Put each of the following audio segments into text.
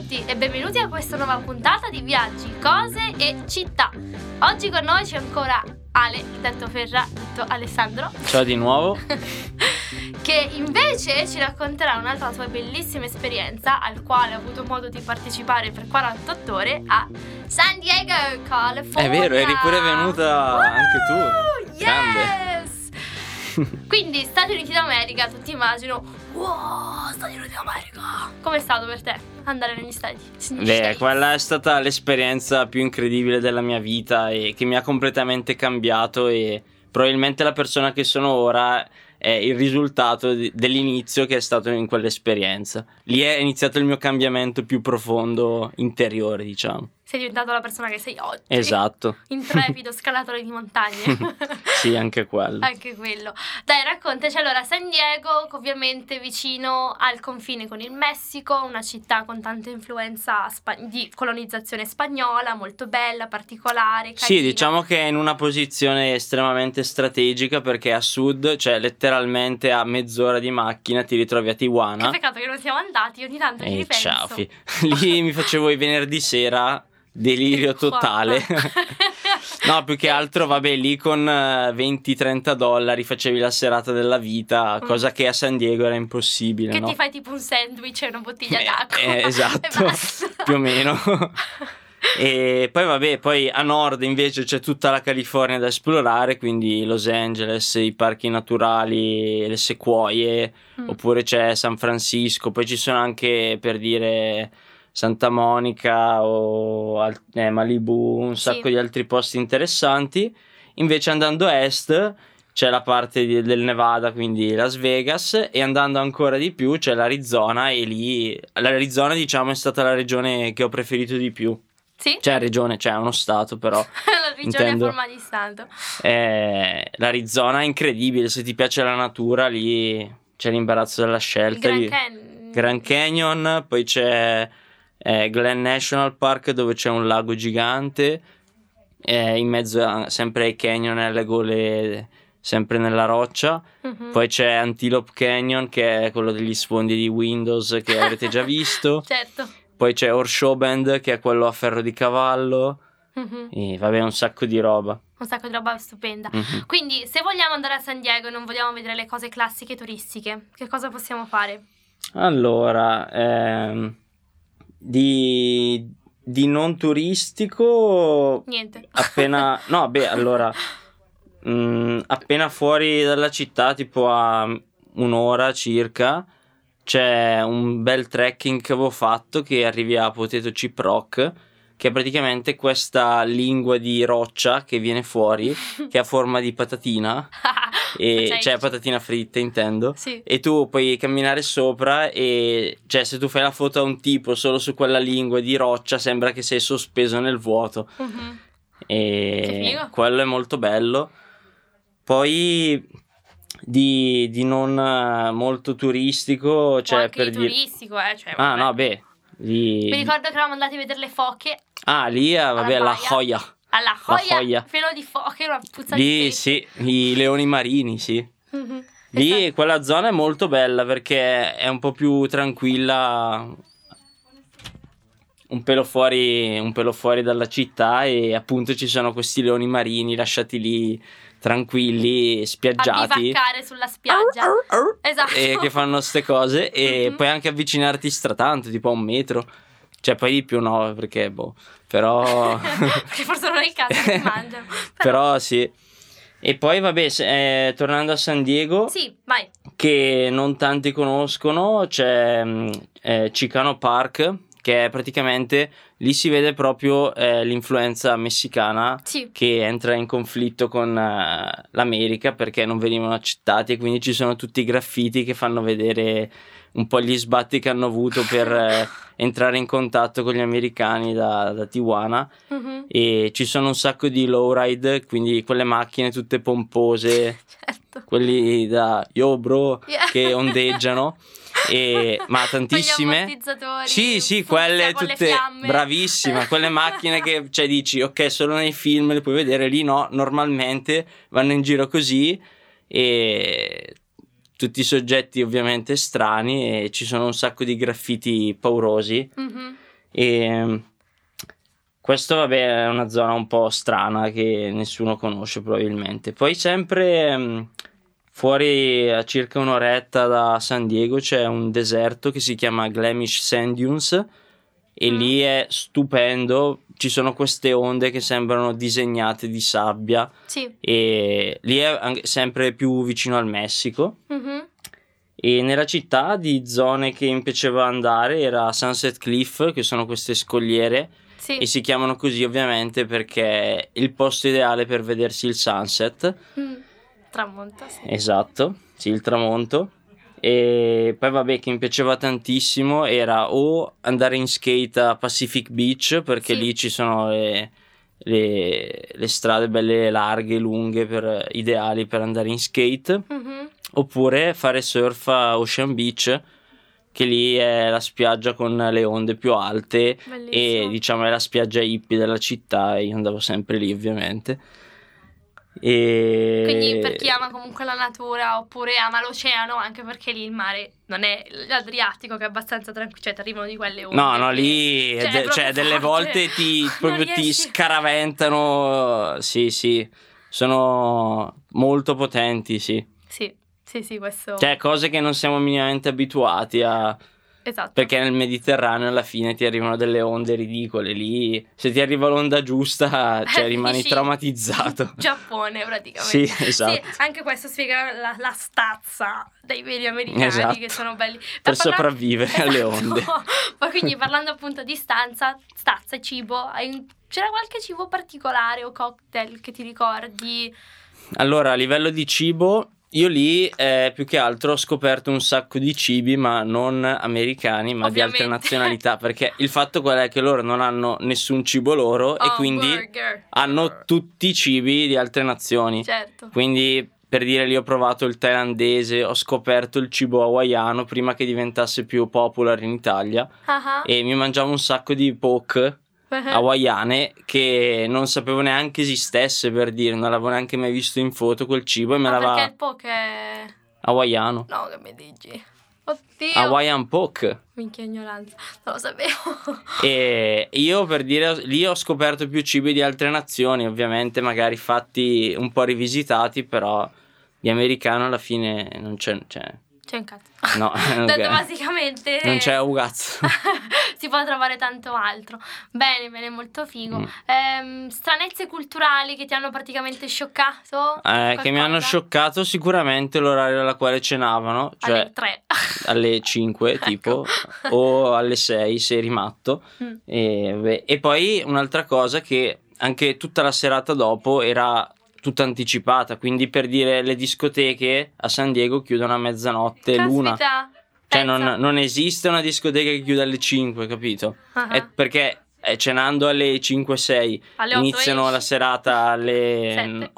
tutti e benvenuti a questa nuova puntata di Viaggi, Cose e Città. Oggi con noi c'è ancora Ale, detto Ferra, detto Alessandro. Ciao di nuovo. Che invece ci racconterà un'altra sua bellissima esperienza al quale ha avuto modo di partecipare per 48 ore a San Diego, California. È vero, eri pure venuta anche tu. Yes! Quindi Stati Uniti d'America, tutti immagino. Wow, Stati Uniti d'America. Com'è stato per te andare negli Stati? Beh, quella è stata l'esperienza più incredibile della mia vita e che mi ha completamente cambiato, e probabilmente la persona che sono ora è il risultato dell'inizio che è stato in quell'esperienza. Lì è iniziato il mio cambiamento più profondo, interiore, diciamo. Sei diventato la persona che sei oggi. Esatto. Intrepido scalatore di montagne. Sì, anche quello. Anche quello. Dai, raccontaci allora. San Diego, ovviamente vicino al confine con il Messico, una città con tanta influenza di colonizzazione spagnola, molto bella, particolare, carina. Sì, diciamo che è in una posizione estremamente strategica, perché a sud, cioè letteralmente a mezz'ora di macchina, ti ritrovi a Tijuana. Che peccato che non siamo andati, ogni tanto ci ripenso. Ciao, lì mi facevo i venerdì sera, delirio totale. No, più che altro, vabbè, lì con $20-30 facevi la serata della vita, cosa che a San Diego era impossibile, che no? ti fai tipo un sandwich e una bottiglia d'acqua. Esatto, più o meno. E poi vabbè, poi a nord invece c'è tutta la California da esplorare, quindi Los Angeles, i parchi naturali, le sequoie, oppure c'è San Francisco, poi ci sono anche, per dire, Santa Monica o Malibu, un sacco di altri posti interessanti. Invece andando a est c'è la parte del Nevada, quindi Las Vegas, e andando ancora di più c'è l'Arizona, e lì l'Arizona, diciamo, è stata la regione che ho preferito di più. Sì? Cioè regione, cioè uno stato, però la regione a forma di stato. L'Arizona è incredibile, se ti piace la natura lì c'è l'imbarazzo della scelta. Grand Canyon, poi c'è Glen National Park, dove c'è un lago gigante, in mezzo sempre ai canyon e alle gole, sempre nella roccia. Poi c'è Antelope Canyon, che è quello degli sfondi di Windows che avrete già visto. Certo. Poi c'è Horseshoe Bend, che è quello a ferro di cavallo. E vabbè, un sacco di roba. Un sacco di roba stupenda. Quindi, se vogliamo andare a San Diego e non vogliamo vedere le cose classiche turistiche, che cosa possiamo fare? Allora, di non turistico, niente. Appena no, beh, allora appena fuori dalla città, tipo a un'ora circa, c'è un bel trekking che avevo fatto, che arrivi a Potato Chip Rock, che è praticamente questa lingua di roccia che viene fuori, che ha forma di patatina. E cioè patatina fritta, intendo. Sì. E tu puoi camminare sopra, e cioè se tu fai la foto a un tipo solo su quella lingua di roccia sembra che sei sospeso nel vuoto. E che figo. quello è molto bello. Poi di non molto turistico, cioè, anche per di turistico, cioè, no, beh, mi ricordo che eravamo andati a vedere le foche. Lì vabbè, la Jolla. Alla Jolla, pelo di foche, una puzza lì di sì, i leoni marini, sì. Lì esatto. Quella zona è molto bella perché è un po' più tranquilla, un pelo fuori dalla città, e appunto ci sono questi leoni marini lasciati lì tranquilli, spiaggiati, a bivaccare sulla spiaggia. Esatto. E che fanno ste cose, e puoi anche avvicinarti stratanto, tipo a 1 metro. Cioè, poi di più no, perché però perché forse non è il caso che mangiano. Però sì. E poi vabbè, tornando a San Diego, sì, vai, che non tanti conoscono, c'è Chicano Park, che è praticamente, lì si vede proprio l'influenza messicana, sì, che entra in conflitto con l'America, perché non venivano accettati, e quindi ci sono tutti i graffiti che fanno vedere un po' gli sbatti che hanno avuto per entrare in contatto con gli americani da Tijuana. E ci sono un sacco di lowride, quindi quelle macchine tutte pompose, certo, quelli da yo bro, che ondeggiano. Ma tantissime. Con gli ammortizzatori, sì, quelle con tutte bravissime, quelle macchine che, cioè, dici ok, solo nei film le puoi vedere, lì no, normalmente vanno in giro così, e tutti i soggetti ovviamente strani, e ci sono un sacco di graffiti paurosi. E questo vabbè è una zona un po' strana che nessuno conosce probabilmente. Poi sempre fuori a circa un'oretta da San Diego c'è un deserto che si chiama Glamish Sand Dunes e lì è stupendo, ci sono queste onde che sembrano disegnate di sabbia. Sì. E lì è sempre più vicino al Messico. Mhm. E nella città di zone che mi piaceva andare era Sunset Cliff, che sono queste scogliere Sì. e si chiamano così ovviamente perché è il posto ideale per vedersi il sunset. Tramonto, sì. Esatto, sì, il tramonto. E poi vabbè, che mi piaceva tantissimo era o andare in skate a Pacific Beach, perché Sì. lì ci sono le strade belle larghe, lunghe, ideali per andare in skate, Mhm. oppure fare surf a Ocean Beach, che lì è la spiaggia con le onde più alte Bellissimo. e diciamo è la spiaggia hippie della città, e io andavo sempre lì ovviamente. Quindi per chi ama comunque la natura oppure ama l'oceano, anche perché lì il mare non è l'Adriatico, che è abbastanza tranquillo, cioè ti arrivano di quelle onde. No, che- lì cioè, è proprio delle forte. volte proprio ti riesci- scaraventano. Sì, sono molto potenti, sì. Sì, questo. Cioè, cose che non siamo minimamente abituati a. Esatto. Perché nel Mediterraneo alla fine ti arrivano delle onde ridicole. Lì, se ti arriva l'onda giusta, cioè rimani Finisci traumatizzato. Giappone praticamente. Sì, esatto. Sì, anche questo spiega la stazza dei veri americani, Esatto. che sono belli. Per sopravvivere alle onde. Ma quindi parlando appunto di stazza e cibo, c'era qualche cibo particolare o cocktail che ti ricordi? Allora, a livello di cibo, io lì più che altro ho scoperto un sacco di cibi, ma non americani, ma di altre Ovviamente. nazionalità, perché il fatto qual è che loro non hanno nessun cibo loro e quindi Burger. hanno tutti i cibi di altre nazioni. Certo. Quindi, per dire, lì ho provato il thailandese, ho scoperto il cibo hawaiano prima che diventasse più popular in Italia Ah. e mi mangiavo un sacco di poke hawaiane che non sapevo neanche esistesse, per dire, non l'avevo neanche mai visto in foto quel cibo e me perché l'aveva il poke è... hawaiano. No, che mi dici? Oddio. Hawaiian poke. Minchia ignoranza, non lo sapevo. E io, per dire, lì ho scoperto più cibi di altre nazioni, ovviamente magari fatti un po' rivisitati, però di americano alla fine non c'è C'è un cazzo. no, Detto ok. basicamente Non c'è un cazzo. si può trovare tanto altro. Bene, molto figo. Stranezze culturali che ti hanno praticamente scioccato? Che mi hanno Qualcosa? scioccato sicuramente l'orario alla quale cenavano, cioè Alle 3. alle 5 tipo o alle 6 se eri matto. E poi un'altra cosa che anche tutta la serata dopo era tutta anticipata, quindi per dire le discoteche a San Diego chiudono a mezzanotte, l'una. Caspita. Cioè Pensa. non esiste una discoteca che chiude alle 5, capito? Ah. È perché cenando alle 5-6 Alle 8 iniziano esci. la serata alle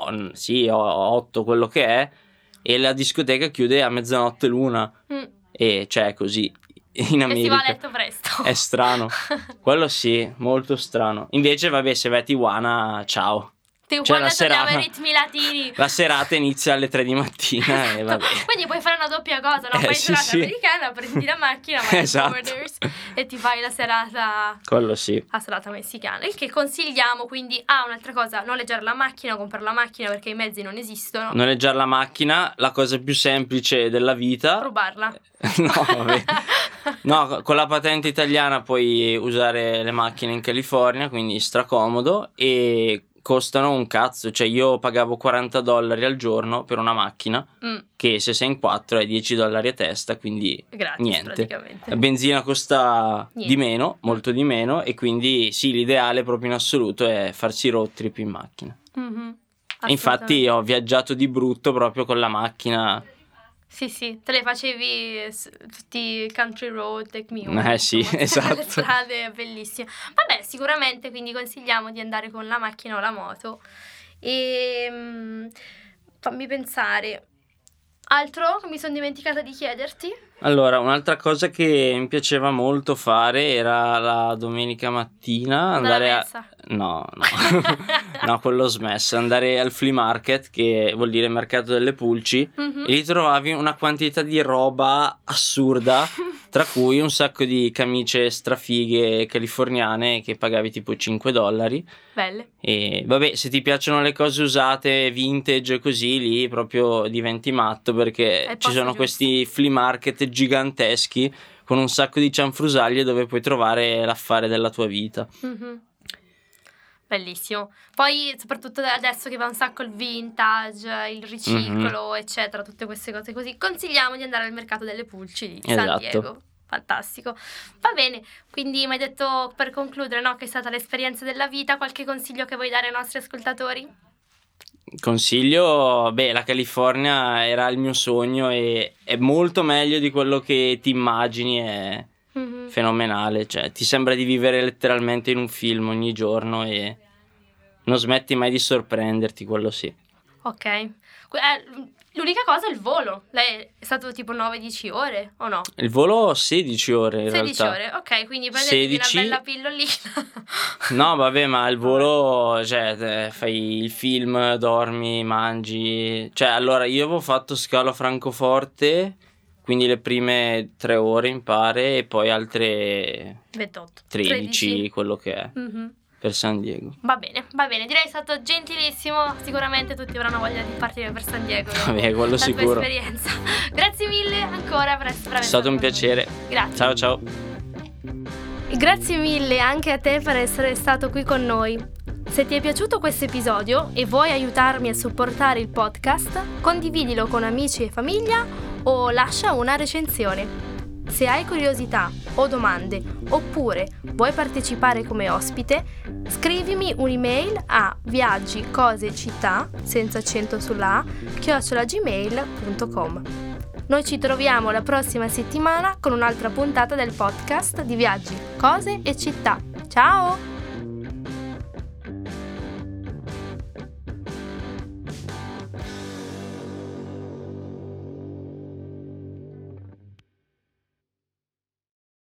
8, quello che è, e la discoteca chiude a mezzanotte l'una. E cioè così in E si va a America letto presto. è strano. Quello sì, molto strano. Invece vabbè, se vai a Tijuana, ciao. Cioè, Cioè, quando togliamo i ritmi latini. La serata inizia alle 3 di mattina e vabbè. Quindi puoi fare una doppia cosa, no? Fai sì, serata sì. americana, prendi la macchina, vai Esatto. Borders e ti fai la serata. Quello sì. La serata messicana. Il che consigliamo, quindi, un'altra cosa, noleggiare la macchina, comprare la macchina perché i mezzi non esistono. Noleggiare la macchina, la cosa più semplice della vita. Rubarla. No, vabbè. No, con la patente italiana puoi usare le macchine in California, quindi stracomodo, e costano un cazzo. Cioè io pagavo $40 al giorno per una macchina che se sei in 4 è $10 a testa, quindi gratis, niente. praticamente. La benzina costa Niente. di meno, molto di meno, e quindi sì, l'ideale proprio in assoluto è farsi road trip in macchina. E infatti ho viaggiato di brutto proprio con la macchina. Sì, te le facevi tutti i country road, Take Me Home, Sì, insomma, esatto. le strade bellissime. Vabbè, sicuramente, quindi consigliamo di andare con la macchina o la moto. E fammi pensare, altro che mi sono dimenticata di chiederti? Allora, un'altra cosa che mi piaceva molto fare era la domenica mattina andare alla messa. No, no, quello ho smesso. Andare al flea market, che vuol dire mercato delle pulci, e lì trovavi una quantità di roba assurda, tra cui un sacco di camicie strafighe californiane che pagavi tipo $5. Belle. E vabbè, se ti piacciono le cose usate, vintage così, lì proprio diventi matto, perché ci sono questi flea market giganteschi con un sacco di cianfrusaglie dove puoi trovare l'affare della tua vita. Bellissimo. Poi soprattutto adesso che va un sacco il vintage, il riciclo, eccetera, tutte queste cose così, consigliamo di andare al mercato delle pulci di San Diego. Fantastico. Va bene, quindi mi hai detto, per concludere, no, che è stata l'esperienza della vita, qualche consiglio che vuoi dare ai nostri ascoltatori? Consiglio, la California era il mio sogno e è molto meglio di quello che ti immagini, è fenomenale, cioè ti sembra di vivere letteralmente in un film ogni giorno e non smetti mai di sorprenderti, quello sì. Ok. L'unica cosa è il volo. Lei è stato tipo 9-10 ore o no? Il volo 16 ore in 16 realtà. ore, ok, quindi prendetevi una bella pillolina. No, vabbè, ma il volo, cioè, fai il film, dormi, mangi. Cioè, allora, io avevo fatto scalo a Francoforte, quindi le prime 3 ore mi pare, e poi altre 28, 13, quello che è. Per San Diego. Va bene, direi è stato gentilissimo, sicuramente tutti avranno voglia di partire per San Diego. Vabbè, quello sicuro. La tua esperienza. Grazie mille ancora per essere È stato un piacere. Grazie. Ciao. Grazie mille anche a te per essere stato qui con noi. Se ti è piaciuto questo episodio e vuoi aiutarmi a supportare il podcast, condividilo con amici e famiglia o lascia una recensione. Se hai curiosità o domande oppure vuoi partecipare come ospite, scrivimi un'email a viaggicosecittà senza accento sulla @gmail.com. Noi ci troviamo la prossima settimana con un'altra puntata del podcast di Viaggi, Cose e Città. Ciao!